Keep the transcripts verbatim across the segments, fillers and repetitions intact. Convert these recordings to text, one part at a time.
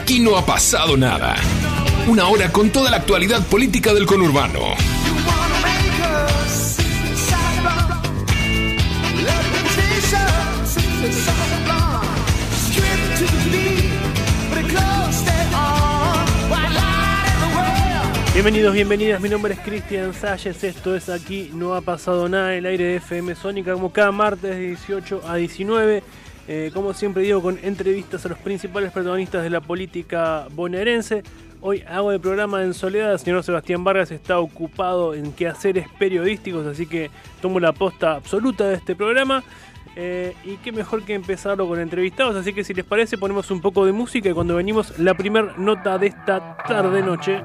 Aquí no ha pasado nada. Una hora con toda la actualidad política del conurbano. Bienvenidos, bienvenidas, mi nombre es Cristian Salles, esto es Aquí no ha pasado nada, el aire de F M Sónica, como cada martes de dieciocho a diecinueve, eh, como siempre digo, con entrevistas a los principales protagonistas de la política bonaerense. Hoy hago el programa en soledad, el señor Sebastián Vargas está ocupado en quehaceres periodísticos, así que tomo la posta absoluta de este programa. Eh, y qué mejor que empezarlo con entrevistados, así que si les parece ponemos un poco de música y cuando venimos la primer nota de esta tarde-noche.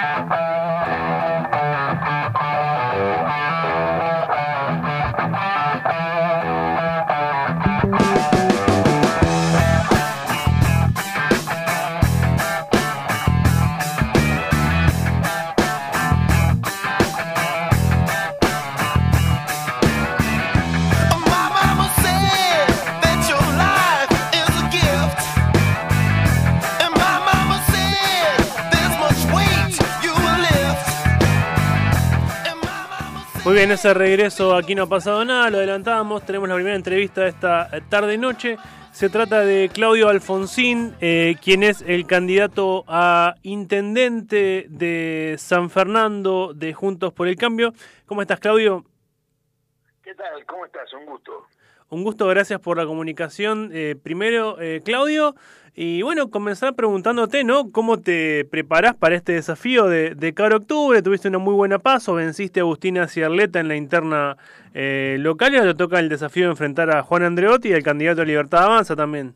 Muy bien, ese regreso Aquí no ha pasado nada, lo adelantábamos, tenemos la primera entrevista de esta tarde-noche. Se trata de Claudio Alfonsín, eh, quien es el candidato a intendente de San Fernando de Juntos por el Cambio. ¿Cómo estás, Claudio? ¿Qué tal? ¿Cómo estás? Un gusto. Un gusto, gracias por la comunicación. Eh, primero, eh, Claudio, y bueno, comenzar preguntándote, ¿no? ¿Cómo te preparás para este desafío de, de cara a octubre? Tuviste una muy buena paso, venciste a Agustina Ciarleta en la interna eh, local y ahora te toca el desafío de enfrentar a Juan Andreotti y al candidato a Libertad Avanza también.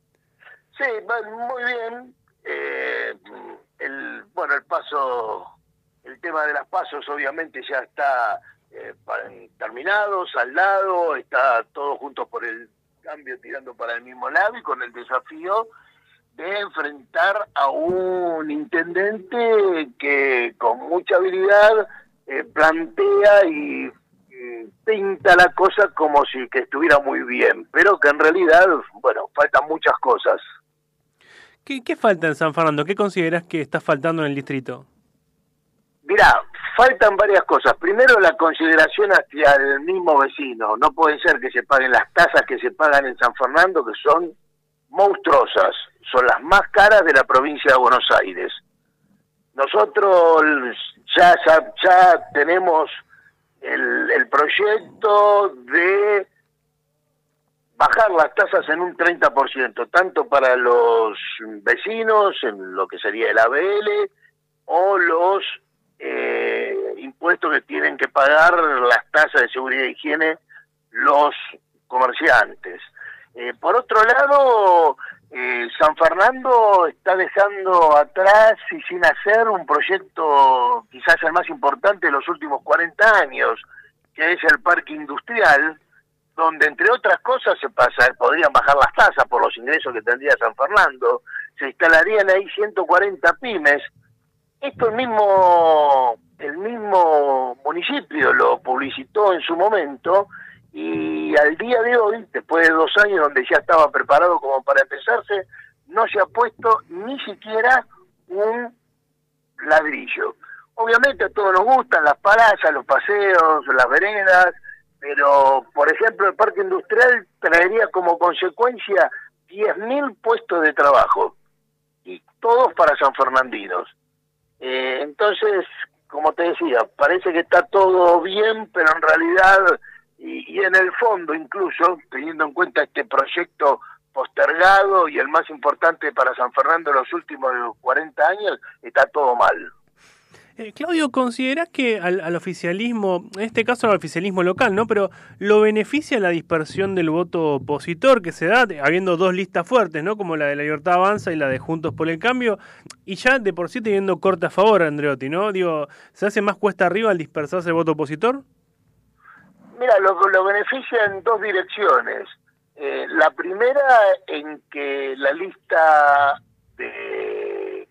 Sí, muy bien. Eh, el, bueno, el paso, el tema de las pasos obviamente ya está eh, terminado, saldado, está todo Juntos por el Cambio tirando para el mismo lado y con el desafío de enfrentar a un intendente que con mucha habilidad eh, plantea y, y pinta la cosa como si que estuviera muy bien, pero que en realidad, bueno, faltan muchas cosas. ¿Qué, qué falta en San Fernando? ¿Qué considerás que está faltando en el distrito? Mirá, faltan varias cosas. Primero, la consideración hacia el mismo vecino. No puede ser que se paguen las tasas que se pagan en San Fernando, que son monstruosas. Son las más caras de la provincia de Buenos Aires. Nosotros ya, ya, ya tenemos el, el proyecto de bajar las tasas en un treinta por ciento, tanto para los vecinos, en lo que sería el A B L, o los Eh, impuestos que tienen que pagar las tasas de seguridad e higiene los comerciantes. Eh, por otro lado, eh, San Fernando está dejando atrás y sin hacer un proyecto quizás el más importante de los últimos cuarenta años, que es el parque industrial, donde entre otras cosas se pasa, podrían bajar las tasas por los ingresos que tendría San Fernando, se instalarían ahí ciento cuarenta pymes. Esto el mismo, el mismo municipio lo publicitó en su momento y al día de hoy, después de dos años donde ya estaba preparado como para empezarse, no se ha puesto ni siquiera un ladrillo. Obviamente a todos nos gustan las plazas, los paseos, las veredas, pero por ejemplo el parque industrial traería como consecuencia diez mil puestos de trabajo y todos para sanfernandinos. Eh, entonces, como te decía, parece que está todo bien, pero en realidad, y, y en el fondo incluso, teniendo en cuenta este proyecto postergado y el más importante para San Fernando en los últimos cuarenta años, está todo mal. Eh, Claudio, ¿considerás que al, al oficialismo, en este caso al oficialismo local, ¿no? Pero lo beneficia la dispersión del voto opositor que se da, habiendo dos listas fuertes, ¿no? Como la de la Libertad Avanza y la de Juntos por el Cambio, y ya de por sí teniendo corte a favor Andreotti, ¿no? Digo, ¿se hace más cuesta arriba al dispersarse el voto opositor? Mira, lo, lo beneficia en dos direcciones. Eh, la primera en que la lista de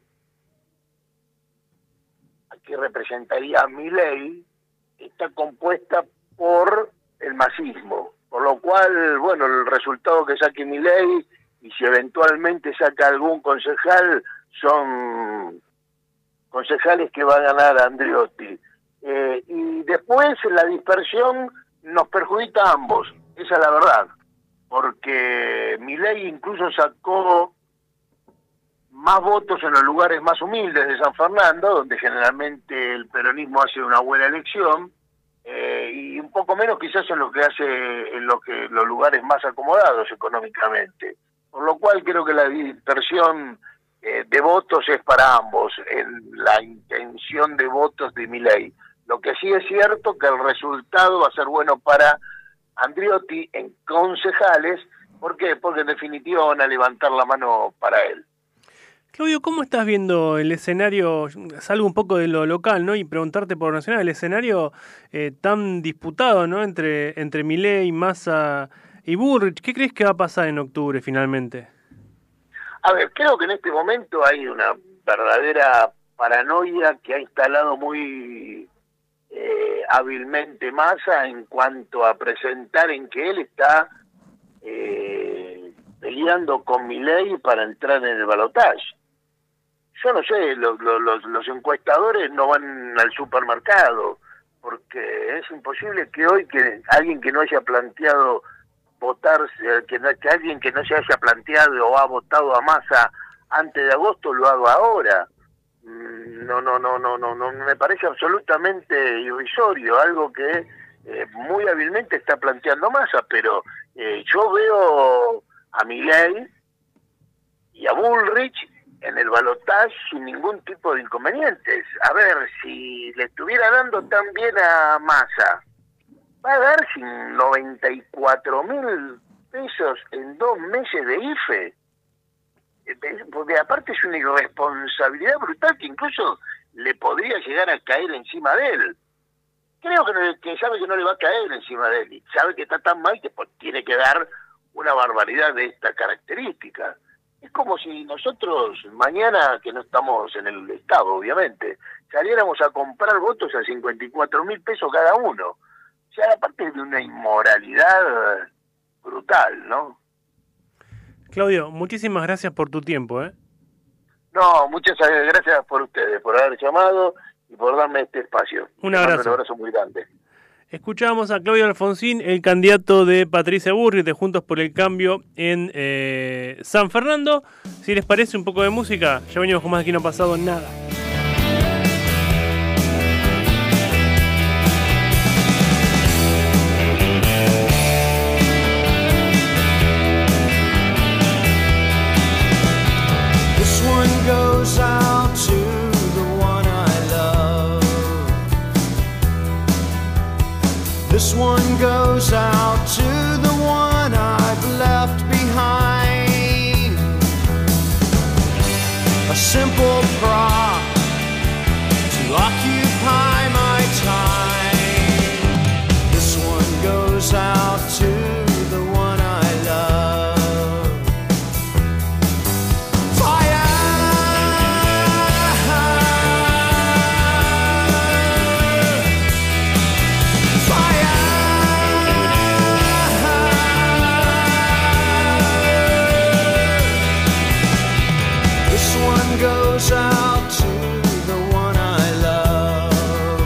que representaría a Milei está compuesta por el masismo, por lo cual, bueno, el resultado que saque Milei y si eventualmente saca algún concejal son concejales que va a ganar Andriotti. Eh, y después la dispersión nos perjudica a ambos, esa es la verdad, porque Milei incluso sacó más votos en los lugares más humildes de San Fernando, donde generalmente el peronismo hace una buena elección, eh, y un poco menos quizás en lo que hace en lo que los lugares más acomodados económicamente. Por lo cual creo que la dispersión eh, de votos es para ambos, en la intención de votos de Milei. Lo que sí es cierto que el resultado va a ser bueno para Andriotti en concejales. ¿Por qué? Porque en definitiva van a levantar la mano para él. Claudio, ¿cómo estás viendo el escenario? Salgo un poco de lo local, ¿no? Y preguntarte por nacional, el escenario eh, tan disputado, ¿no? Entre, entre Milei, Massa y Bullrich. ¿Qué crees que va a pasar en octubre finalmente? A ver, creo que en este momento hay una verdadera paranoia que ha instalado muy eh, hábilmente Massa en cuanto a presentar en que él está eh, peleando con Milei para entrar en el balotaje. Yo no sé, los, los, los encuestadores no van al supermercado, porque es imposible que hoy que alguien que no haya planteado votar, que, no, que alguien que no se haya planteado o ha votado a Massa antes de agosto lo haga ahora. No, no, no, no, no, no, me parece absolutamente irrisorio, algo que eh, muy hábilmente está planteando Massa, pero eh, yo veo a Milei y a Bullrich en el balotaje sin ningún tipo de inconvenientes. A ver, si le estuviera dando tan bien a Massa, va a dar sin noventa y cuatro mil pesos en dos meses de I F E. Porque aparte es una irresponsabilidad brutal que incluso le podría llegar a caer encima de él. Creo que, no, que sabe que no le va a caer encima de él y sabe que está tan mal que pues, tiene que dar una barbaridad de esta característica. Es como si nosotros mañana, que no estamos en el Estado obviamente, saliéramos a comprar votos a cincuenta y cuatro mil pesos cada uno. O sea, aparte de una inmoralidad brutal, ¿no? Claudio, muchísimas gracias por tu tiempo, ¿eh? No, muchas gracias por ustedes, por haber llamado y por darme este espacio. Un abrazo. Un abrazo muy grande. Escuchábamos a Claudio Alfonsín, el candidato de Patricia Bullrich de Juntos por el Cambio en eh, San Fernando. Si les parece un poco de música, ya venimos con más Aquí No Ha Pasado Nada. Goes out to the one I love. This one goes out to the one I've left behind. A simple prop to occupy my time. This one goes out to the one I love. Goes out to the one I love.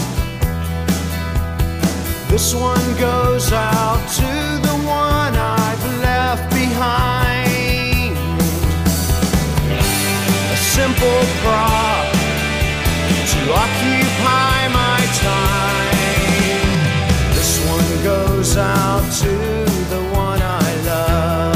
This one goes out to the one I've left behind. A simple prop to occupy my time. This one goes out to the one I love.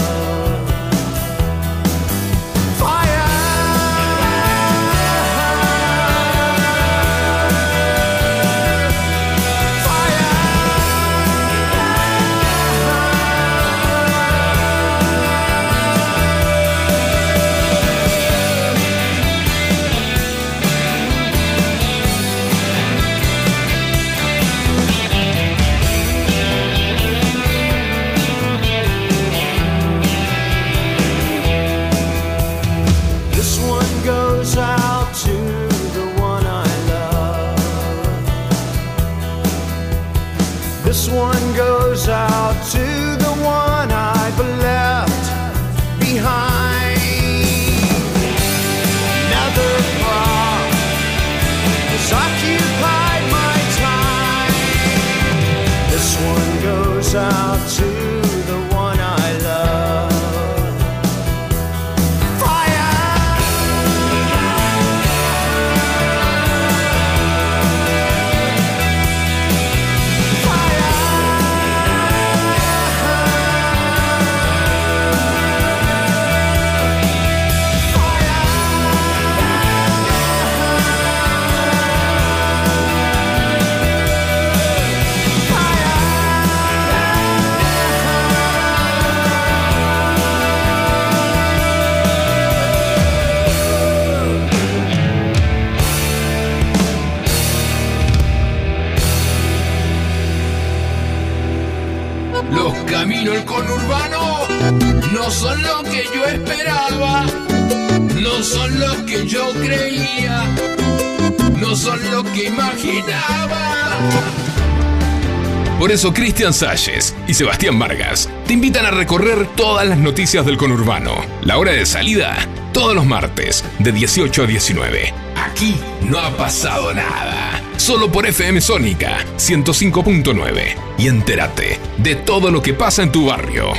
son lo que yo esperaba, no son lo que yo creía, no son lo que imaginaba. Por eso Cristian Salles y Sebastián Vargas te invitan a recorrer todas las noticias del conurbano. La hora de salida, todos los martes, de dieciocho a diecinueve. Aquí no ha pasado nada. Solo por F M Sónica ciento cinco punto nueve. Y entérate de todo lo que pasa en tu barrio.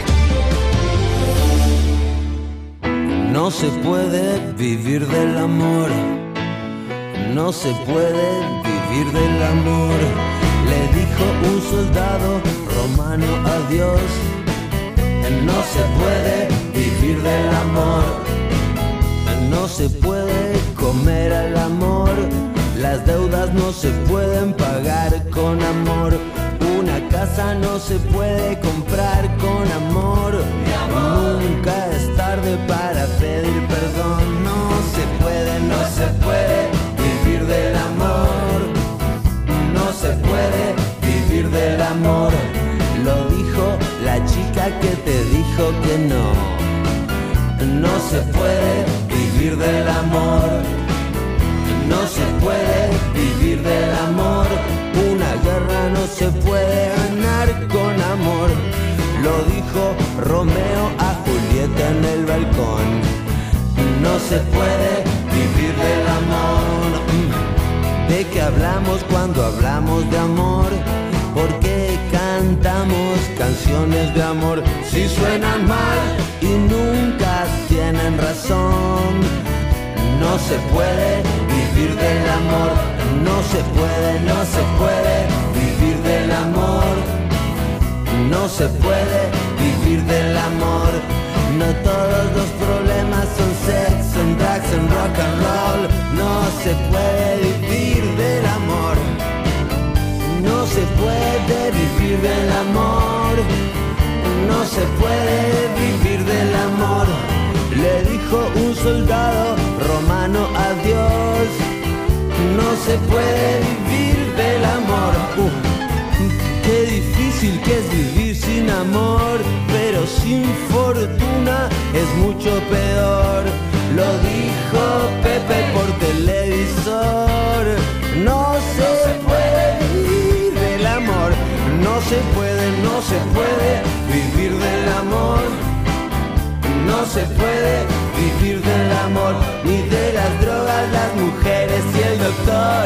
No se puede vivir del amor. No se puede vivir del amor. Le dijo un soldado romano a Dios. No se puede vivir del amor. No se puede comer al amor. Las deudas no se pueden pagar con amor. Una casa no se puede comprar con amor. Nunca es tarde para pedir perdón. No se puede, no se puede vivir del amor. No se puede vivir del amor. Lo dijo la chica que te dijo que no. No se puede vivir del amor. No se puede vivir del amor. Una guerra no se puede ganar con amor. Lo dijo Romeo a Julieta en el balcón. No se puede vivir del amor. ¿De qué hablamos cuando hablamos de amor? ¿Por qué cantamos canciones de amor si suenan mal y nunca tienen razón? No se puede vivir del amor. No se puede, no se puede vivir del amor. No se puede vivir del amor. No todos los problemas son sex and drugs and rock and roll. No se puede vivir del amor. No se puede vivir del amor. No se puede vivir del amor. Le dijo un soldado romano a Dios. No se puede vivir del amor. Uh, qué difícil que es vivir sin amor, pero sin fortuna es mucho peor. Lo dijo Pepe por televisor. No se puede vivir del amor. No se puede, no se puede vivir del amor. No se puede vivir del amor, ni de las drogas, las mujeres y el doctor.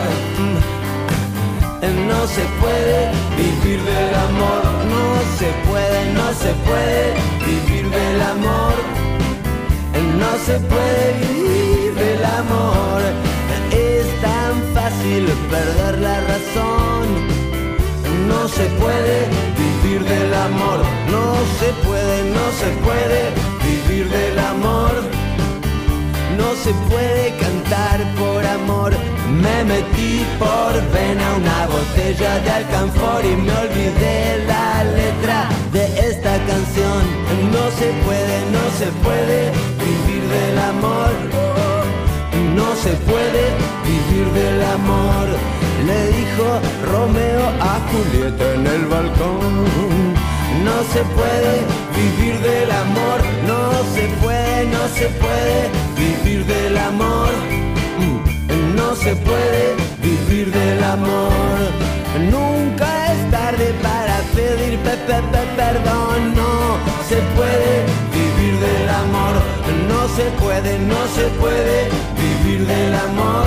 No se puede vivir del amor. No se puede, no se puede vivir del amor. No se puede vivir del amor. Es tan fácil perder la razón. No se puede vivir del amor. No se puede, no se puede vivir del amor. No se puede cantar por amor. Me metí por vena una botella de alcanfor y me olvidé la letra de esta canción. No se puede, no se puede vivir del amor. No se puede vivir del amor. Le dijo Romeo a Julieta en el balcón. No se puede vivir del amor. No se puede, no se puede vivir del amor. No se puede vivir del amor. Nunca es tarde para pedir pe, pe, pe, perdón. No se puede vivir del amor. No se puede, no se puede vivir del amor.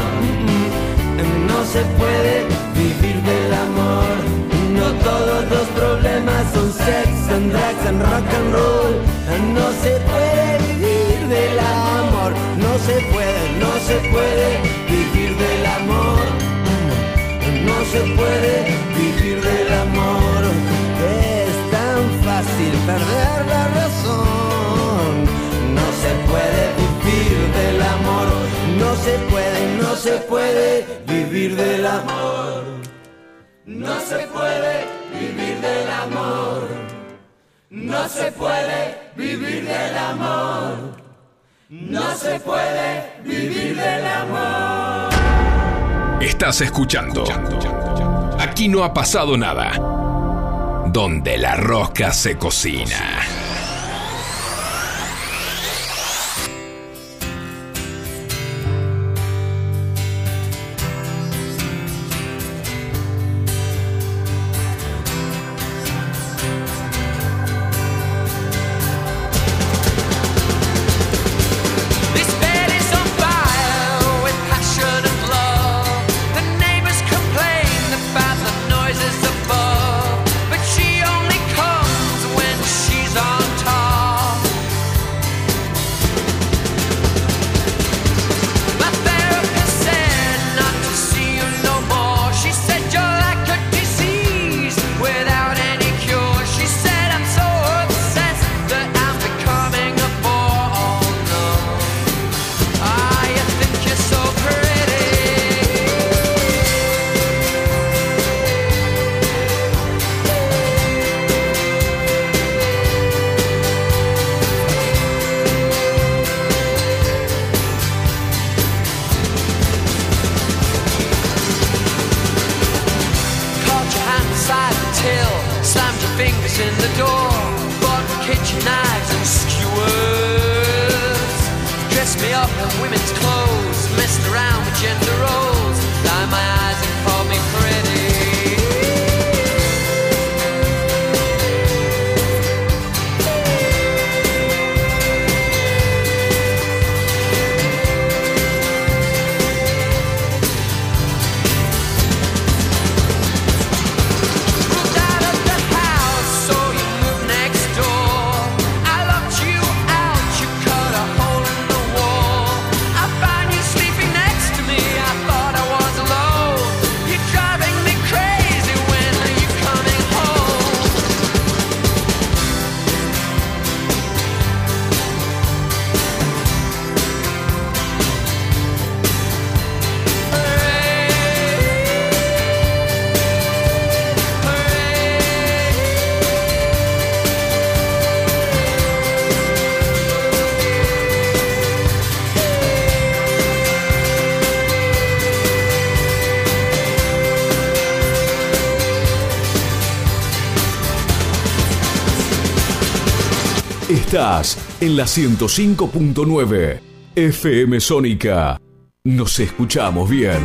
No se puede vivir del amor. No todos los problemas son sex and drugs and rock and roll. No se puede vivir del amor. No se puede, no se puede vivir del amor. No se puede vivir del amor. Es tan fácil perder la razón. No se puede vivir del amor. No se puede, no se puede vivir del amor. No se puede vivir del amor. No se puede vivir del amor. No se puede vivir del amor. Estás escuchando Aquí no ha pasado nada, donde la rosca se cocina. up in women's clothes, messing around with gender roles, blind my eyes and call me pretty. Estás en la ciento cinco punto nueve F M Sónica. Nos escuchamos bien.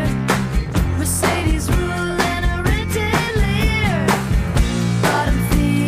Mercedes ruling a rented Lear. Bottom feed.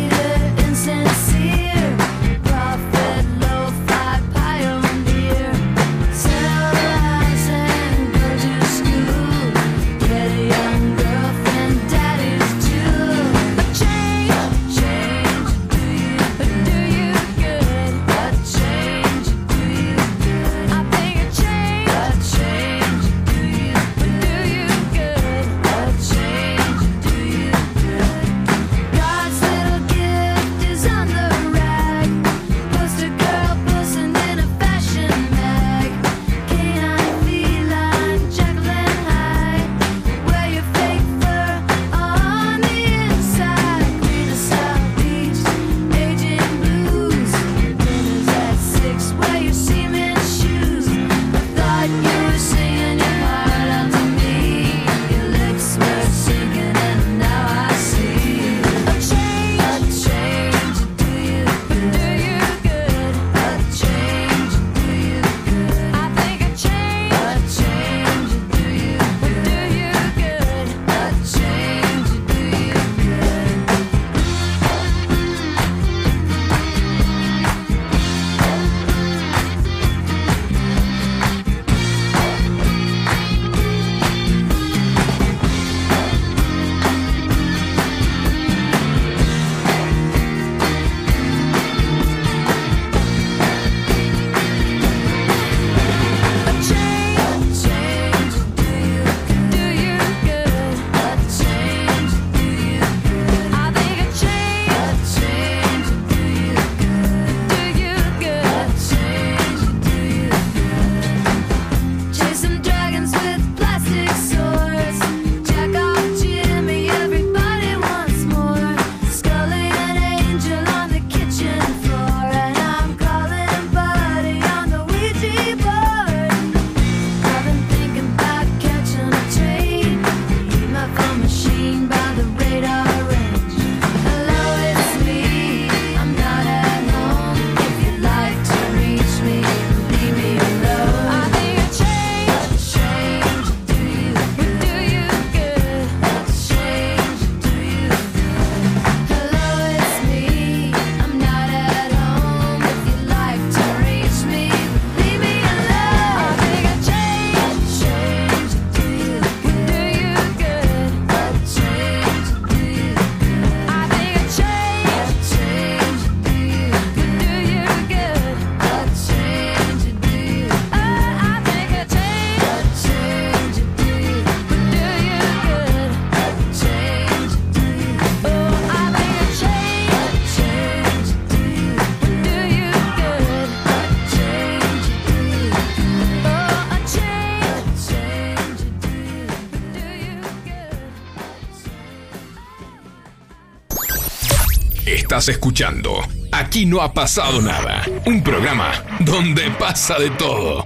Estás escuchando Aquí no ha pasado nada, un programa donde pasa de todo.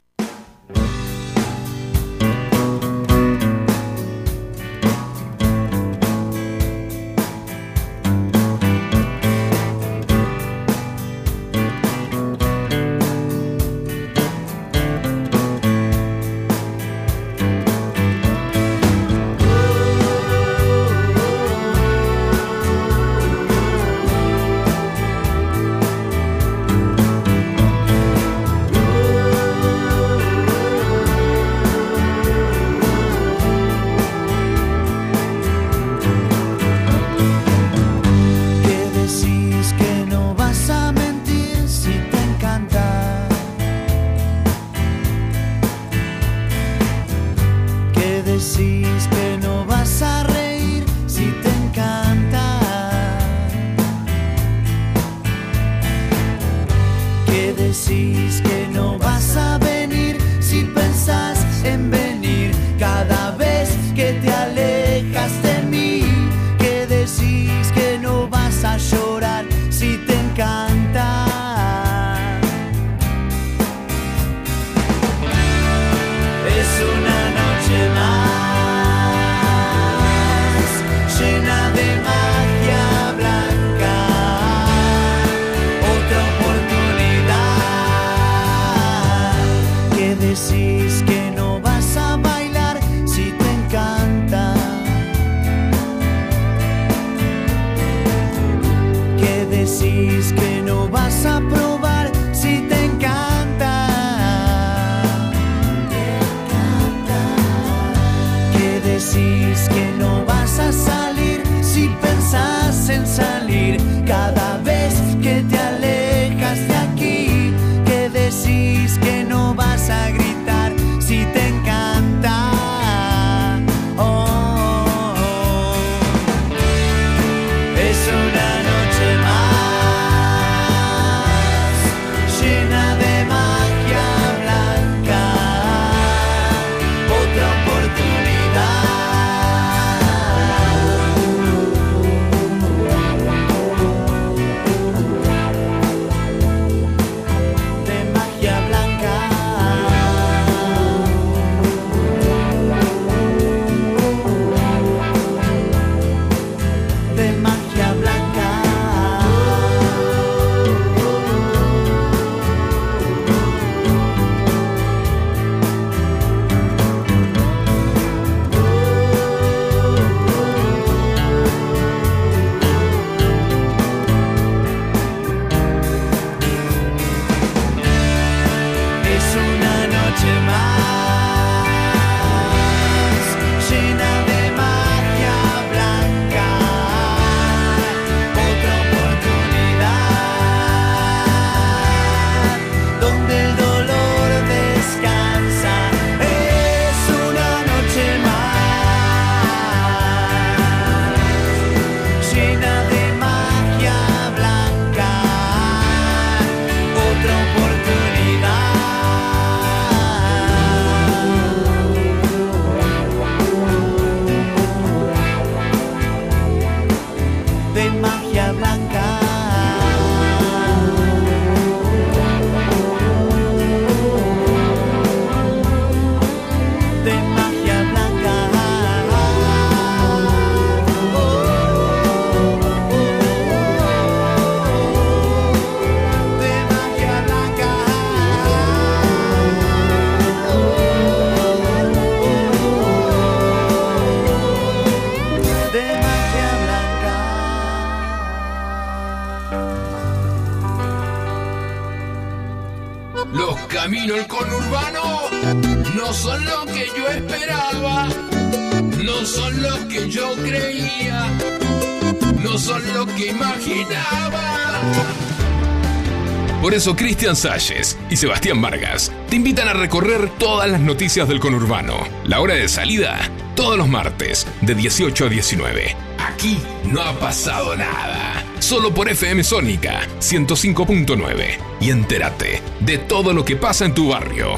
Camino el conurbano, no son lo que yo esperaba, no son lo que yo creía, no son lo que imaginaba. Por eso Cristian Salles y Sebastián Vargas te invitan a recorrer todas las noticias del conurbano. La hora de salida, todos los martes, de dieciocho a diecinueve. Aquí no ha pasado nada. Solo por F M Sónica ciento cinco punto nueve. Y entérate de todo lo que pasa en tu barrio.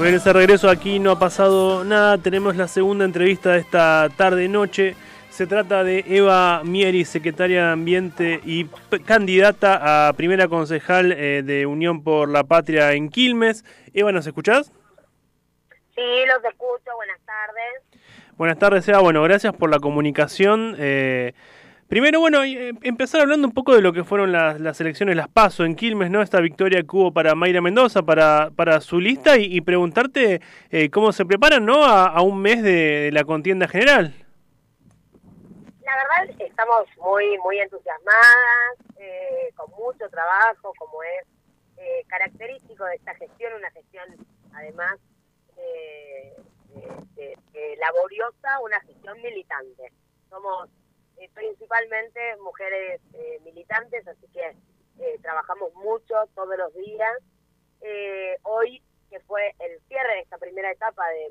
Muy bien, ese regreso aquí no ha pasado nada. Tenemos la segunda entrevista de esta tarde-noche. Se trata de Eva Mieri, secretaria de Ambiente y p- candidata a primera concejal eh, de Unión por la Patria en Quilmes. Eva, ¿nos escuchás? Sí, los escucho. Buenas tardes. Buenas tardes, Eva. Bueno, gracias por la comunicación. Eh, primero, bueno, eh, empezar hablando un poco de lo que fueron las, las elecciones, las PASO en Quilmes, ¿no? Esta victoria que hubo para Mayra Mendoza, para, para su lista, y, y preguntarte eh, cómo se preparan, ¿no? A, a un mes de, de la contienda general. La verdad, estamos muy muy entusiasmadas, eh, con mucho trabajo, como es eh, característico de esta gestión, una gestión además eh, de, de, de laboriosa, una gestión militante. Somos eh, principalmente mujeres eh, militantes, así que eh, trabajamos mucho todos los días. Eh, hoy, que fue el cierre de esta primera etapa de,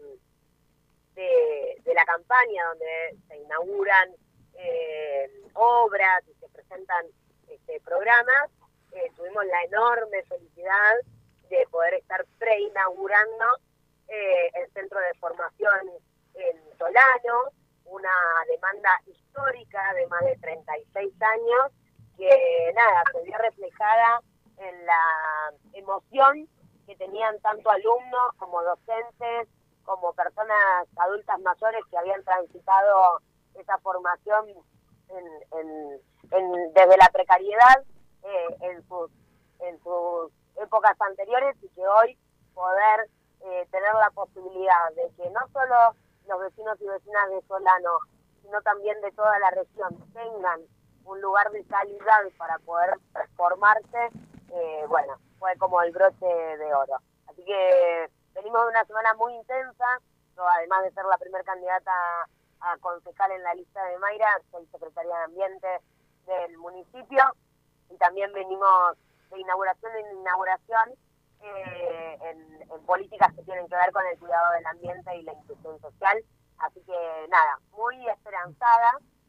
de, de la campaña, donde se inauguran Eh, obras y se presentan este, programas, eh, tuvimos la enorme felicidad de poder estar preinaugurando eh, el centro de formación en Solano, una demanda histórica de más de treinta y seis años que nada, se vio reflejada en la emoción que tenían tanto alumnos como docentes, como personas adultas mayores que habían transitado esa formación en, en, en, desde la precariedad eh, en, sus, en sus épocas anteriores, y que hoy poder eh, tener la posibilidad de que no solo los vecinos y vecinas de Solano, sino también de toda la región tengan un lugar de calidad para poder formarse, eh, bueno, fue como el broche de oro. Así que venimos de una semana muy intensa. Yo, además de ser la primera candidata a concejal en la lista de Mayra, soy secretaria de Ambiente del municipio, y también venimos de inauguración en inauguración eh, en, en políticas que tienen que ver con el cuidado del ambiente y la inclusión social. Así que nada, muy esperanzada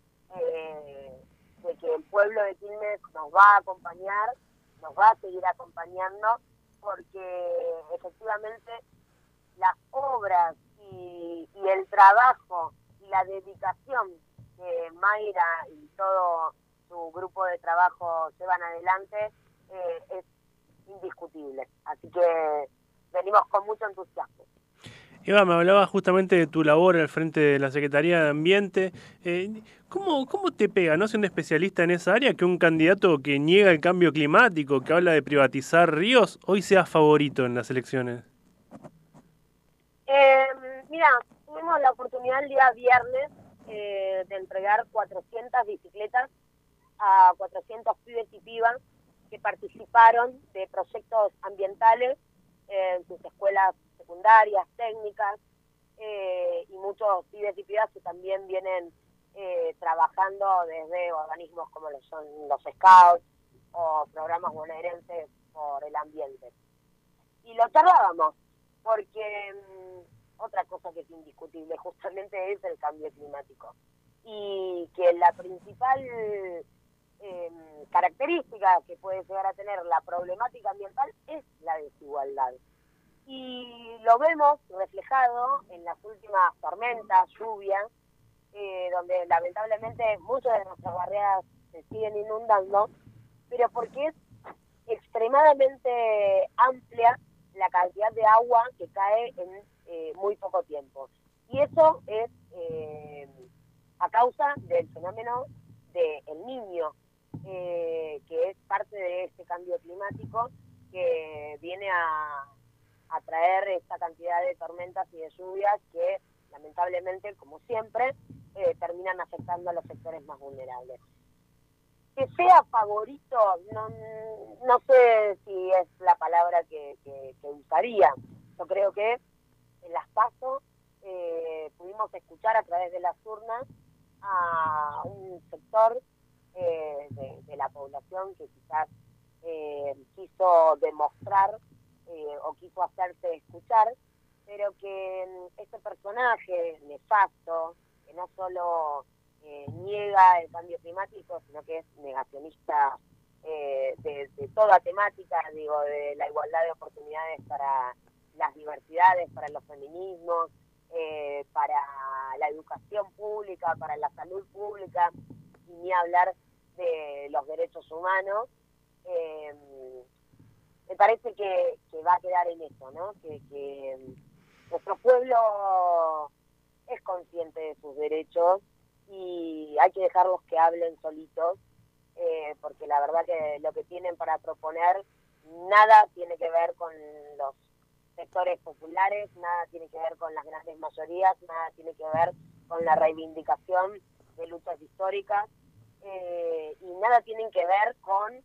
eh, de que el pueblo de Quilmes nos va a acompañar, nos va a seguir acompañando, porque efectivamente las obras y, y el trabajo y la dedicación que Mayra y todo su grupo de trabajo llevan adelante eh, es indiscutible. Así que venimos con mucho entusiasmo. Eva, me hablaba justamente de tu labor al frente de la Secretaría de Ambiente. Eh, ¿cómo, ¿Cómo te pega, no siendo especialista en esa área, que un candidato que niega el cambio climático, que habla de privatizar ríos, hoy sea favorito en las elecciones? Eh, mira, tuvimos la oportunidad el día viernes eh, de entregar cuatrocientas bicicletas a cuatrocientos pibes y pibas que participaron de proyectos ambientales eh, en sus escuelas secundarias, técnicas, eh, y muchos pibes y pibas que también vienen eh, trabajando desde organismos como lo son los Scouts o programas bonaerenses por el ambiente. Y lo charlábamos, porque mmm, otra cosa que es indiscutible justamente es el cambio climático, y que la principal eh, característica que puede llegar a tener la problemática ambiental es la desigualdad. Y lo vemos reflejado en las últimas tormentas, lluvias, eh, donde lamentablemente muchas de nuestras barriadas se siguen inundando, pero porque es extremadamente amplia la cantidad de agua que cae en eh, muy poco tiempo. Y eso es eh, a causa del fenómeno del Niño, eh, que es parte de este cambio climático que viene a, a traer esta cantidad de tormentas y de lluvias que lamentablemente, como siempre, eh, terminan afectando a los sectores más vulnerables. Que sea favorito, no, no sé si es la palabra que, que, que usaría. Yo creo que en las PASO eh, pudimos escuchar a través de las urnas a un sector eh, de, de la población que quizás eh, quiso demostrar eh, o quiso hacerse escuchar, pero que este personaje nefasto, que no solo Eh, niega el cambio climático, sino que es negacionista eh, de, de toda temática, digo, de la igualdad de oportunidades para las diversidades, para los feminismos, eh, para la educación pública, para la salud pública, y ni hablar de los derechos humanos. Eh, me parece que, que va a quedar en eso, ¿no? Que, que nuestro pueblo es consciente de sus derechos y hay que dejarlos que hablen solitos, eh, porque la verdad que lo que tienen para proponer nada tiene que ver con los sectores populares, nada tiene que ver con las grandes mayorías, nada tiene que ver con la reivindicación de luchas históricas, eh, y nada tienen que ver con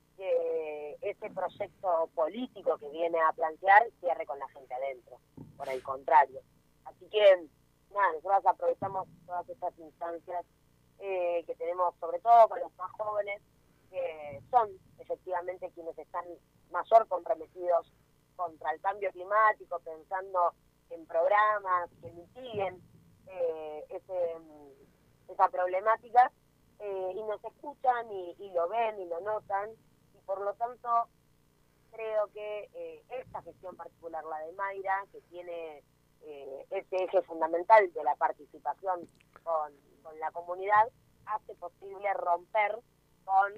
que ese proyecto político que viene a plantear cierre con la gente adentro, por el contrario. Así que, nada, nosotros aprovechamos todas estas instancias eh, que tenemos, sobre todo con los más jóvenes, que son efectivamente quienes están mayor comprometidos contra el cambio climático, pensando en programas que mitiguen eh, ese, esa problemática, eh, y nos escuchan y, y lo ven y lo notan, y por lo tanto creo que eh, esta gestión particular, la de Mayra, que tiene eh, este eje fundamental de la participación con, con la comunidad, hace posible romper con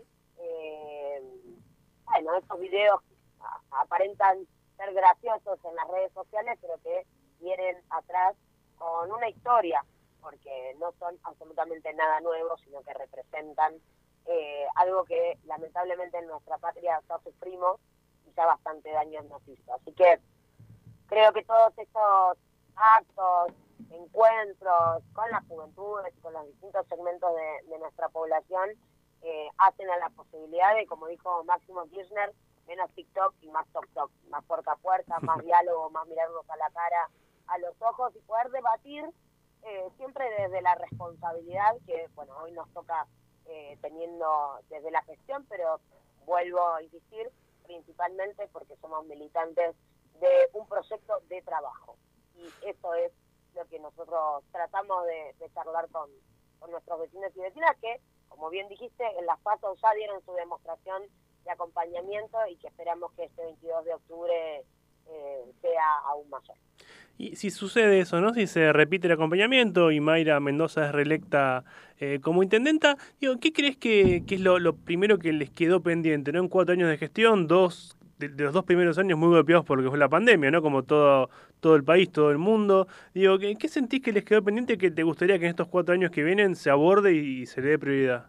eh, bueno, estos videos que aparentan ser graciosos en las redes sociales, pero que vienen atrás con una historia, porque no son absolutamente nada nuevo, sino que representan eh, algo que lamentablemente en nuestra patria ya sufrimos y ya bastante daño nos hizo. Así que creo que todos estos actos, encuentros con las juventudes y con los distintos segmentos de, de nuestra población eh, hacen a la posibilidad de, como dijo Máximo Kirchner, menos TikTok y más Tok Tok, más puerta a puerta, más diálogo, más mirarnos a la cara, a los ojos y poder debatir eh, siempre desde la responsabilidad que, bueno, hoy nos toca eh, teniendo desde la gestión, pero vuelvo a insistir, principalmente porque somos militantes de un proyecto de trabajo. Y eso es lo que nosotros tratamos de, de charlar con, con nuestros vecinos y vecinas, que, como bien dijiste, en las PASO ya dieron su demostración de acompañamiento y que esperamos que este veintidós de octubre eh, sea aún mayor. Y si sucede eso, ¿no? Si se repite el acompañamiento y Mayra Mendoza es reelecta eh, como intendenta, digo, ¿qué crees que, que es lo, lo primero que les quedó pendiente, ¿no? En cuatro años de gestión, dos de, de los dos primeros años muy golpeados por lo que fue la pandemia, ¿no? Como todo todo el país, todo el mundo. Digo, ¿qué, qué sentís que les quedó pendiente que te gustaría que en estos cuatro años que vienen se aborde y, y se le dé prioridad?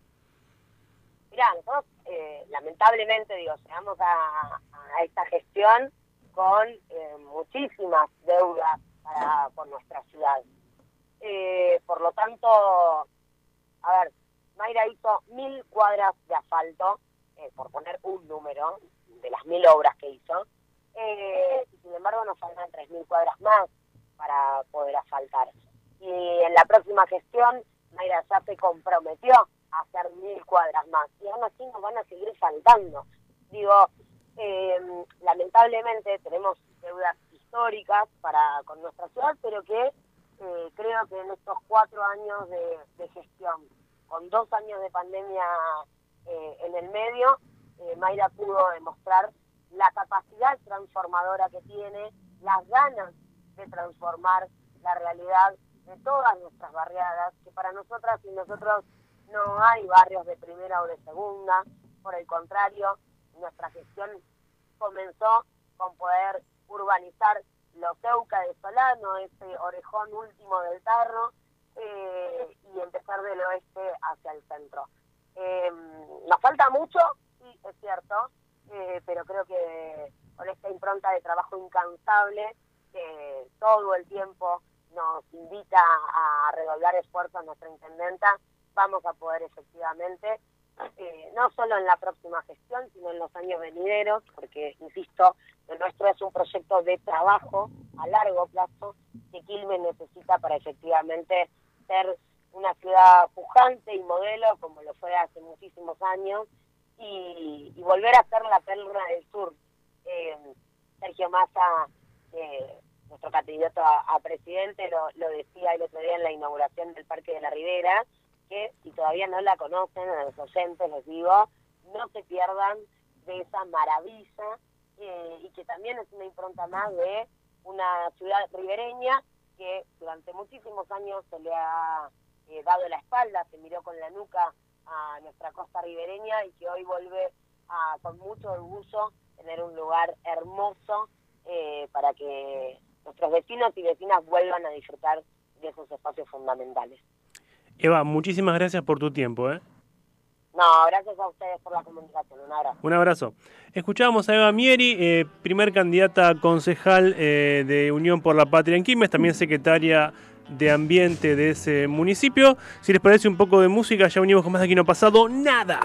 Mirá, nosotros eh, lamentablemente, digo, llegamos a, a esta gestión con eh, muchísimas deudas para, por nuestra ciudad. Eh, por lo tanto, a ver, Mayra hizo mil cuadras de asfalto, eh, por poner un número de las mil obras que hizo, eh, y sin embargo nos faltan tres mil cuadras más para poder asfaltar. Y en la próxima gestión, Mayra ya se comprometió a hacer mil cuadras más, y aún así nos van a seguir faltando. Digo, eh, lamentablemente tenemos deudas históricas para con nuestra ciudad, pero que eh, creo que en estos cuatro años de, de gestión, con dos años de pandemia eh, en el medio, eh, Mayra pudo demostrar la capacidad transformadora que tiene, las ganas de transformar la realidad de todas nuestras barriadas, que para nosotras y nosotros no hay barrios de primera o de segunda, por el contrario, nuestra gestión comenzó con poder urbanizar Los Euca de Solano, ese orejón último del Tarro, eh, y empezar del oeste hacia el centro. Eh, nos falta mucho, sí, es cierto, eh, pero creo que con esta impronta de trabajo incansable, que todo el tiempo nos invita a redoblar esfuerzos nuestra intendenta, vamos a poder efectivamente, eh, no solo en la próxima gestión, sino en los años venideros, porque, insisto, lo nuestro es un proyecto de trabajo a largo plazo que Quilmes necesita para efectivamente ser una ciudad pujante y modelo, como lo fue hace muchísimos años, y, y volver a ser la perla del sur. Eh, Sergio Massa, eh, nuestro candidato a, a presidente, lo, lo decía el otro día en la inauguración del Parque de la Ribera, que si todavía no la conocen, a los oyentes les digo, no se pierdan de esa maravilla eh, y que también es una impronta más de una ciudad ribereña que durante muchísimos años se le ha eh, dado la espalda, se miró con la nuca a nuestra costa ribereña y que hoy vuelve a, con mucho orgullo, tener un lugar hermoso eh, para que nuestros vecinos y vecinas vuelvan a disfrutar de esos espacios fundamentales. Eva, muchísimas gracias por tu tiempo, ¿eh? No, gracias a ustedes por la comunicación. Un abrazo. Un abrazo. Escuchábamos a Eva Mieri, eh, primer candidata a concejal eh, de Unión por la Patria en Quilmes, también secretaria de Ambiente de ese municipio. Si les parece un poco de música, ya unimos con más de Aquí No Ha Pasado Nada.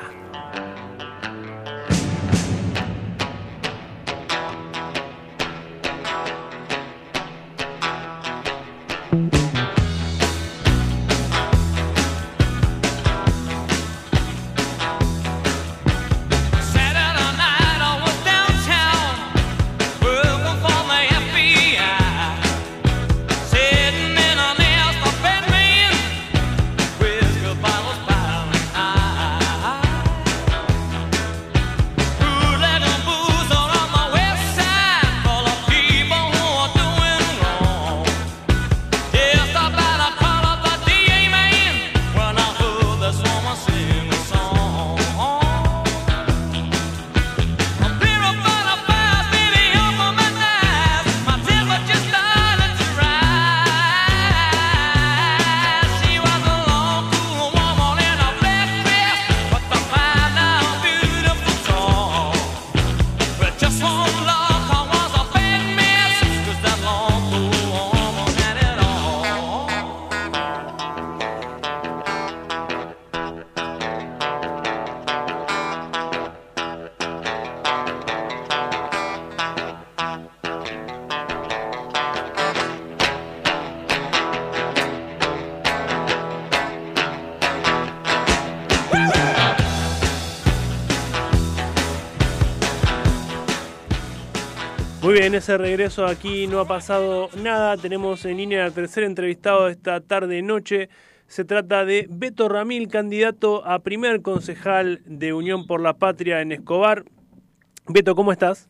Muy bien, ese regreso aquí no ha pasado nada. Tenemos en línea al tercer entrevistado de esta tarde-noche. Se trata de Beto Ramil, candidato a primer concejal de Unión por la Patria en Escobar. Beto, ¿cómo estás?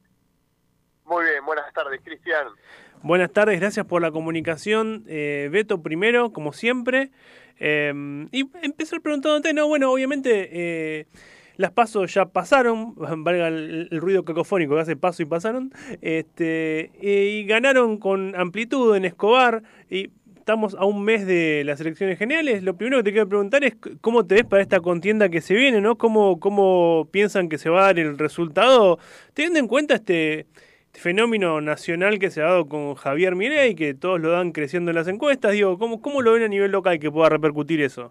Muy bien, buenas tardes, Cristian. Buenas tardes, gracias por la comunicación. Eh, Beto, primero, como siempre. Eh, y empezar preguntándote, no, bueno, obviamente... Eh, Las pasos ya pasaron, valga el, el ruido cacofónico que hace paso y pasaron, este, y ganaron con amplitud en Escobar, y estamos a un mes de las elecciones generales. Lo primero que te quiero preguntar es cómo te ves para esta contienda que se viene, ¿no? ¿Cómo, cómo piensan que se va a dar el resultado, teniendo en cuenta este, este fenómeno nacional que se ha dado con Javier Milei, que todos lo dan creciendo en las encuestas? Digo, ¿cómo, cómo lo ven a nivel local que pueda repercutir eso?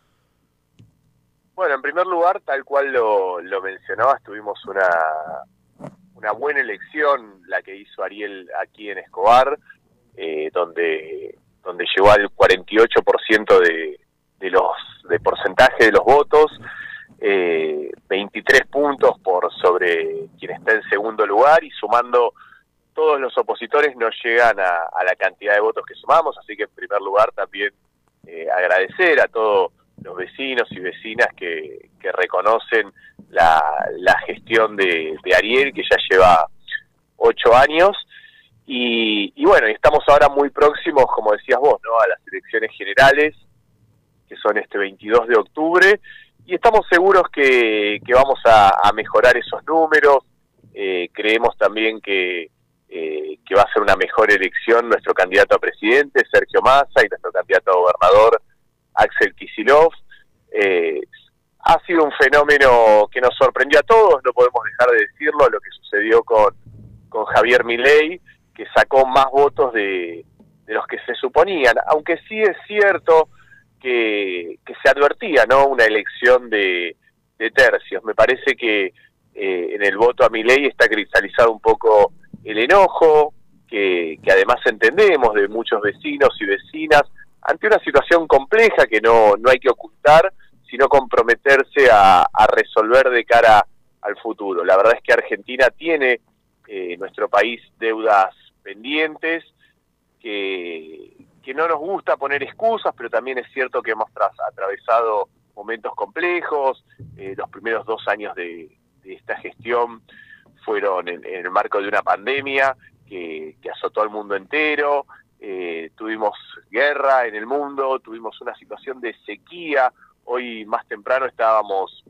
Bueno, en primer lugar, tal cual lo, lo mencionabas, tuvimos una, una buena elección, la que hizo Ariel aquí en Escobar, eh, donde, donde llegó al cuarenta y ocho por ciento de, de los de porcentaje de los votos, eh, veintitrés puntos por sobre quien está en segundo lugar, y sumando todos los opositores no llegan a, a la cantidad de votos que sumamos, así que en primer lugar también eh, agradecer a todos los vecinos y vecinas que, que reconocen la, la gestión de, de Ariel, que ya lleva ocho años, y, y bueno, estamos ahora muy próximos, como decías vos, ¿no?, a las elecciones generales, que son este veintidós de octubre, y estamos seguros que, que vamos a, a mejorar esos números. Eh, creemos también que, eh, que va a ser una mejor elección nuestro candidato a presidente, Sergio Massa, y nuestro candidato a gobernador, Axel Kicillof. Eh, ha sido un fenómeno que nos sorprendió a todos, no podemos dejar de decirlo, lo que sucedió con, con Javier Milei, que sacó más votos de, de los que se suponían, aunque sí es cierto que, que se advertía, ¿no?, una elección de, de tercios. Me parece que eh, en el voto a Milei está cristalizado un poco el enojo, que, que además entendemos de muchos vecinos y vecinas, ante una situación compleja que no, no hay que ocultar, sino comprometerse a, a resolver de cara al futuro. La verdad es que Argentina tiene, eh, nuestro país, deudas pendientes, que, que no nos gusta poner excusas, pero también es cierto que hemos tras, atravesado momentos complejos. Eh, los primeros dos años de, de esta gestión fueron en, en el marco de una pandemia que, que azotó al mundo entero. Eh, tuvimos guerra en el mundo, tuvimos una situación de sequía. Hoy más temprano estábamos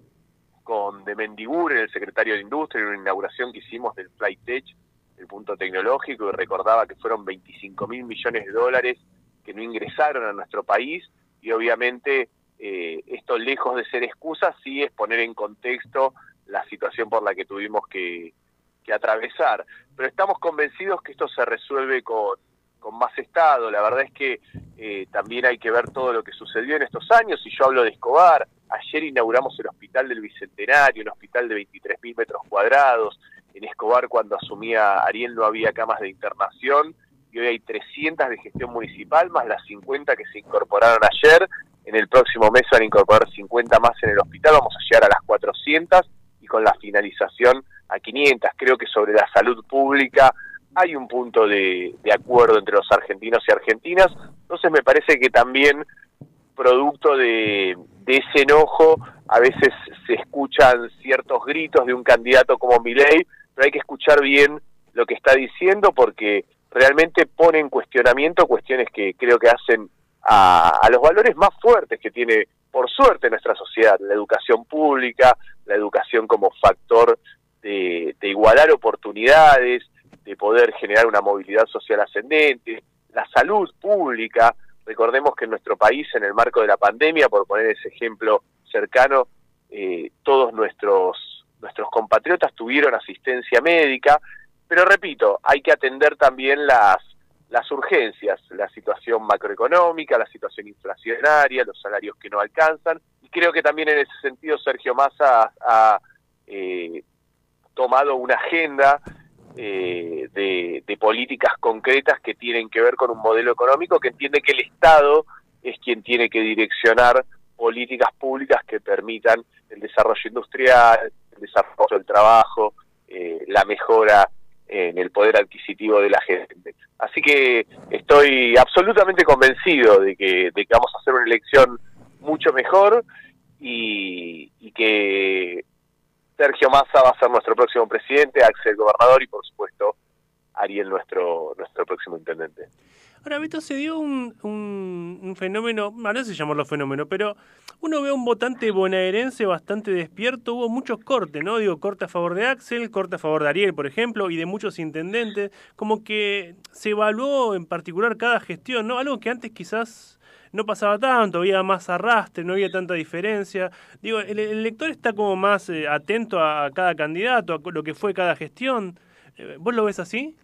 con de Mendigur, el secretario de Industria, en una inauguración que hicimos del Flytech, el punto tecnológico, y recordaba que fueron veinticinco mil millones de dólares que no ingresaron a nuestro país, y obviamente eh, esto, lejos de ser excusa, sí es poner en contexto la situación por la que tuvimos que, que atravesar. Pero estamos convencidos que esto se resuelve con, con más Estado. La verdad es que eh, también hay que ver todo lo que sucedió en estos años, y yo hablo de Escobar. Ayer inauguramos el Hospital del Bicentenario, un hospital de veintitrés mil metros cuadrados. En Escobar, cuando asumía Ariel, no había camas de internación, y hoy hay trescientas de gestión municipal, más las cincuenta que se incorporaron ayer. En el próximo mes van a incorporar cincuenta más en el hospital, vamos a llegar a las cuatrocientas, y con la finalización a quinientas. Creo que sobre la salud pública hay un punto de, de acuerdo entre los argentinos y argentinas. Entonces me parece que también, producto de, de ese enojo, a veces se escuchan ciertos gritos de un candidato como Milei, pero hay que escuchar bien lo que está diciendo, porque realmente pone en cuestionamiento cuestiones que creo que hacen a, a los valores más fuertes que tiene, por suerte, nuestra sociedad: la educación pública, la educación como factor de, de igualar oportunidades, de poder generar una movilidad social ascendente, la salud pública. Recordemos que en nuestro país, en el marco de la pandemia, por poner ese ejemplo cercano, eh, todos nuestros, nuestros compatriotas tuvieron asistencia médica, pero repito, hay que atender también las, las urgencias, la situación macroeconómica, la situación inflacionaria, los salarios que no alcanzan, y creo que también en ese sentido Sergio Massa ha, ha eh, tomado una agenda Eh, de, de políticas concretas que tienen que ver con un modelo económico que entiende que el Estado es quien tiene que direccionar políticas públicas que permitan el desarrollo industrial, el desarrollo del trabajo, eh, la mejora en el poder adquisitivo de la gente. Así que estoy absolutamente convencido de que, de que vamos a hacer una elección mucho mejor, y, y que Sergio Massa va a ser nuestro próximo presidente, Axel gobernador, y por supuesto Ariel nuestro nuestro próximo intendente. Ahora, Beto, se dio un, un, un fenómeno, no sé si llamarlo fenómeno, pero uno ve a un votante bonaerense bastante despierto. Hubo muchos cortes, ¿no? Digo, corte a favor de Axel, corte a favor de Ariel, por ejemplo, y de muchos intendentes. Como que se evaluó en particular cada gestión, ¿no? Algo que antes quizás no pasaba tanto, había más arrastre, no había tanta diferencia. Digo, el, el elector está como más eh, atento a, a cada candidato, a lo que fue cada gestión. ¿Vos lo ves así?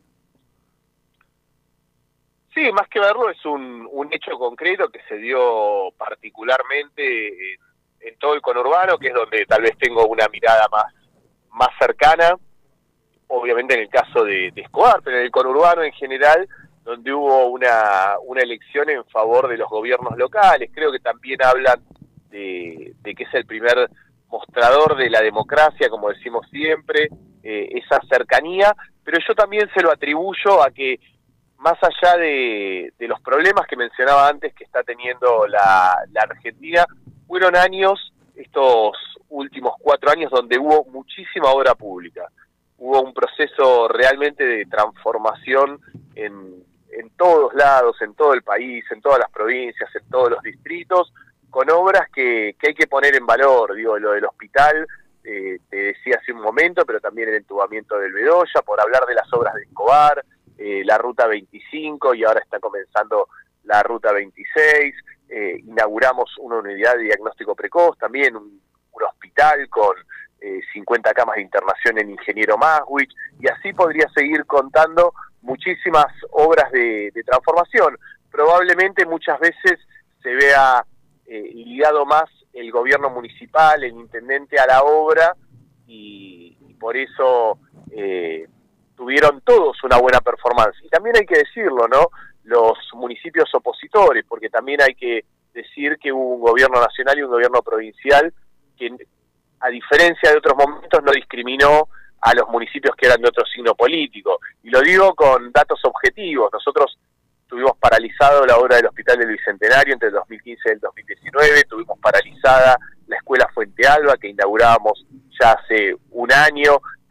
Sí, más que verlo, es un, un hecho concreto que se dio particularmente en, en todo el conurbano, que es donde tal vez tengo una mirada más, más cercana, obviamente en el caso de, de Escobar, pero en el conurbano en general, donde hubo una, una elección en favor de los gobiernos locales. Creo que también hablan de, de que es el primer mostrador de la democracia, como decimos siempre, eh, esa cercanía, pero yo también se lo atribuyo a que, más allá de, de los problemas que mencionaba antes que está teniendo la, la Argentina, fueron años, estos últimos cuatro años, donde hubo muchísima obra pública. Hubo un proceso realmente de transformación en, en todos lados, en todo el país, en todas las provincias, en todos los distritos, con obras que, que hay que poner en valor. Digo, lo del hospital, eh, te decía hace un momento, pero también el entubamiento del Bedoya, por hablar de las obras de Escobar, eh, la Ruta veinticinco, y ahora está comenzando la Ruta veintiséis, eh, inauguramos una unidad de diagnóstico precoz, también un, un hospital con eh, cincuenta camas de internación en Ingeniero Maswich, y así podría seguir contando muchísimas obras de, de transformación. Probablemente muchas veces se vea eh, ligado más el gobierno municipal, el intendente a la obra, y, y por eso eh, tuvieron todos una buena performance. Y también hay que decirlo, ¿no? Los municipios opositores, porque también hay que decir que hubo un gobierno nacional y un gobierno provincial que, a diferencia de otros momentos, no discriminó a los municipios que eran de otro signo político. Y lo digo con datos objetivos. Nosotros tuvimos paralizado la obra del Hospital del Bicentenario entre el dos mil quince y el dos mil diecinueve, tuvimos paralizada la Escuela Fuente Alba, que inaugurábamos ya hace un año,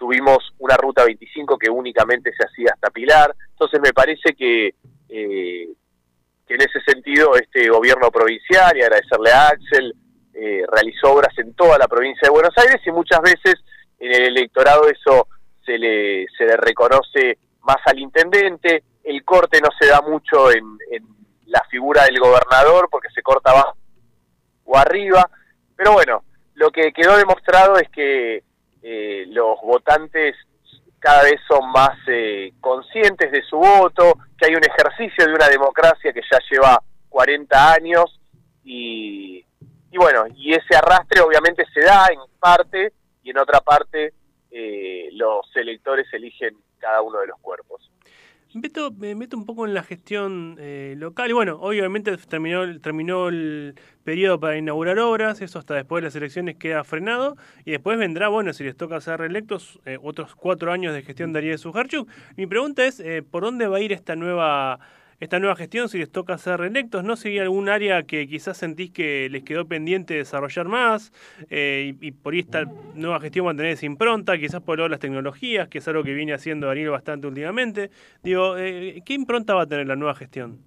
tuvimos una ruta veinticinco que únicamente se hacía hasta Pilar. Entonces me parece que, eh, que en ese sentido este gobierno provincial, y agradecerle a Axel, eh, realizó obras en toda la provincia de Buenos Aires, y muchas veces en el electorado eso se le, se le reconoce más al intendente. El corte no se da mucho en, en la figura del gobernador, porque se corta abajo o arriba, pero bueno, lo que quedó demostrado es que eh, los votantes cada vez son más eh, conscientes de su voto, que hay un ejercicio de una democracia que ya lleva cuarenta años, y, y bueno, y ese arrastre obviamente se da en parte, y en otra parte eh, los electores eligen cada uno de los cuerpos. Beto, me meto un poco en la gestión eh, local, y bueno, obviamente terminó, terminó el periodo para inaugurar obras, eso hasta después de las elecciones queda frenado, y después vendrá, bueno, si les toca ser reelectos, eh, otros cuatro años de gestión de Ariel Sujarchuk. Mi pregunta es, eh, ¿por dónde va a ir esta nueva esta nueva gestión si les toca ser reelectos? ¿No sería algún área que quizás sentís que les quedó pendiente desarrollar más, eh, y, y por ahí esta nueva gestión va a tener esa impronta, quizás por lado las tecnologías, que es algo que viene haciendo Ariel bastante últimamente? Digo, eh, ¿qué impronta va a tener la nueva gestión?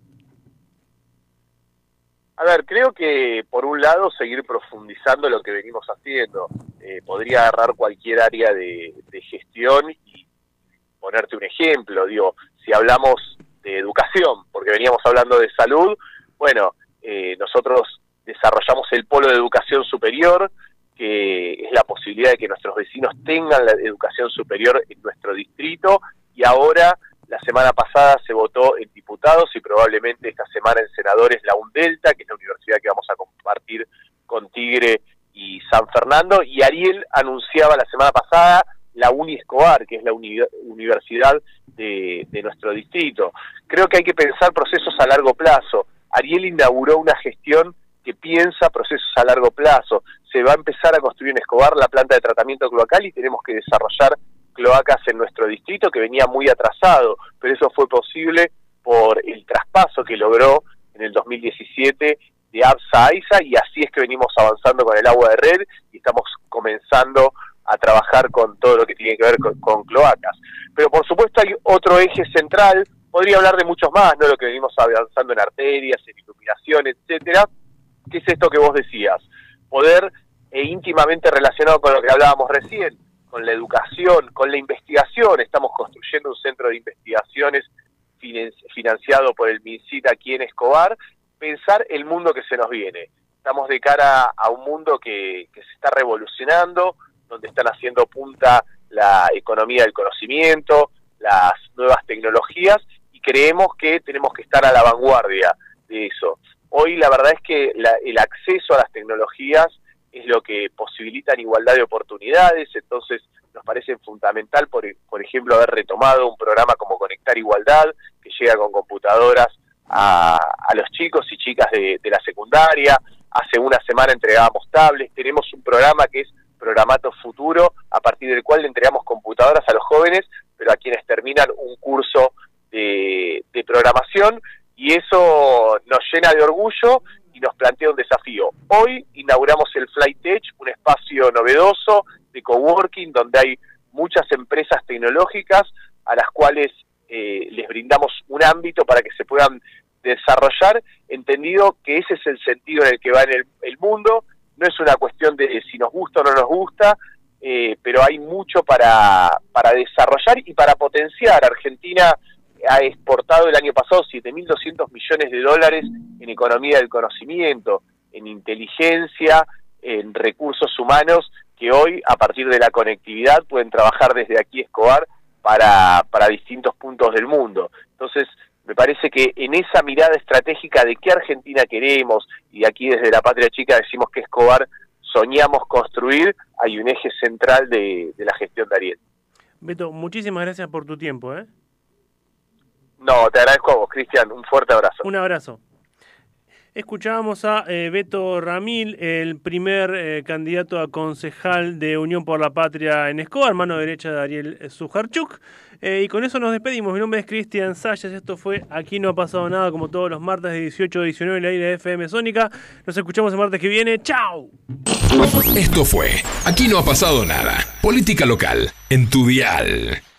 A ver, creo que por un lado seguir profundizando lo que venimos haciendo. Eh, podría agarrar cualquier área de, de gestión y ponerte un ejemplo. Digo, si hablamos de educación, porque veníamos hablando de salud, bueno, eh, nosotros desarrollamos el polo de educación superior, que es la posibilidad de que nuestros vecinos tengan la educación superior en nuestro distrito, y ahora, la semana pasada se votó en diputados, y probablemente esta semana en senadores, la UNDELTA, que es la universidad que vamos a compartir con Tigre y San Fernando, y Ariel anunciaba la semana pasada la Uni Escobar, que es la uni universidad de, de nuestro distrito. Creo que hay que pensar procesos a largo plazo. Ariel inauguró una gestión que piensa procesos a largo plazo. Se va a empezar a construir en Escobar la planta de tratamiento cloacal, y tenemos que desarrollar cloacas en nuestro distrito, que venía muy atrasado, pero eso fue posible por el traspaso que logró en el dos mil diecisiete de A B S A a AISA, y así es que venimos avanzando con el agua de red, y estamos comenzando a trabajar con todo lo que tiene que ver con, con cloacas. Pero por supuesto hay otro eje central, podría hablar de muchos más, ¿no? Lo que venimos avanzando en arterias, en iluminación, etcétera, que es esto que vos decías, poder e íntimamente relacionado con lo que hablábamos recién, con la educación, con la investigación. Estamos construyendo un centro de investigaciones financiado por el MinSIT aquí en Escobar. Pensar el mundo que se nos viene. Estamos de cara a un mundo que, que se está revolucionando, donde están haciendo punta la economía del conocimiento, las nuevas tecnologías, y creemos que tenemos que estar a la vanguardia de eso. Hoy la verdad es que la, el acceso a las tecnologías es lo que posibilita igualdad de oportunidades, entonces nos parece fundamental, por, por ejemplo, haber retomado un programa como Conectar Igualdad, que llega con computadoras a, a los chicos y chicas de, de la secundaria. Hace una semana entregábamos tablets. Tenemos un programa que es Programato Futuro, a partir del cual le entregamos computadoras a los jóvenes, pero a quienes terminan un curso de, de programación, y eso nos llena de orgullo y nos plantea un desafío. Hoy inauguramos el FlyTech, un espacio novedoso de coworking donde hay muchas empresas tecnológicas a las cuales eh, les brindamos un ámbito para que se puedan desarrollar, entendido que ese es el sentido en el que va en el, el mundo. No es una cuestión de si nos gusta o no nos gusta, eh, pero hay mucho para, para desarrollar y para potenciar. Argentina ha exportado el año pasado siete mil doscientos millones de dólares en economía del conocimiento, en inteligencia, en recursos humanos, que hoy, a partir de la conectividad, pueden trabajar desde aquí Escobar para, para distintos puntos del mundo. Entonces, me parece que en esa mirada estratégica de qué Argentina queremos, y aquí desde la Patria Chica decimos que Escobar soñamos construir, hay un eje central de, de la gestión de Ariel. Beto, muchísimas gracias por tu tiempo, ¿eh? No, te agradezco a vos, Cristian. Un fuerte abrazo. Un abrazo. Escuchábamos a eh, Beto Ramil, el primer eh, candidato a concejal de Unión por la Patria en Escobar, mano derecha de Ariel Sujarchuk. Eh, y con eso nos despedimos. Mi nombre es Cristian Salles. Esto fue Aquí No Ha Pasado Nada, como todos los martes de dieciocho a diecinueve en el aire de F M Sónica. Nos escuchamos el martes que viene. ¡Chao! Esto fue Aquí No Ha Pasado Nada. Política local en tu dial.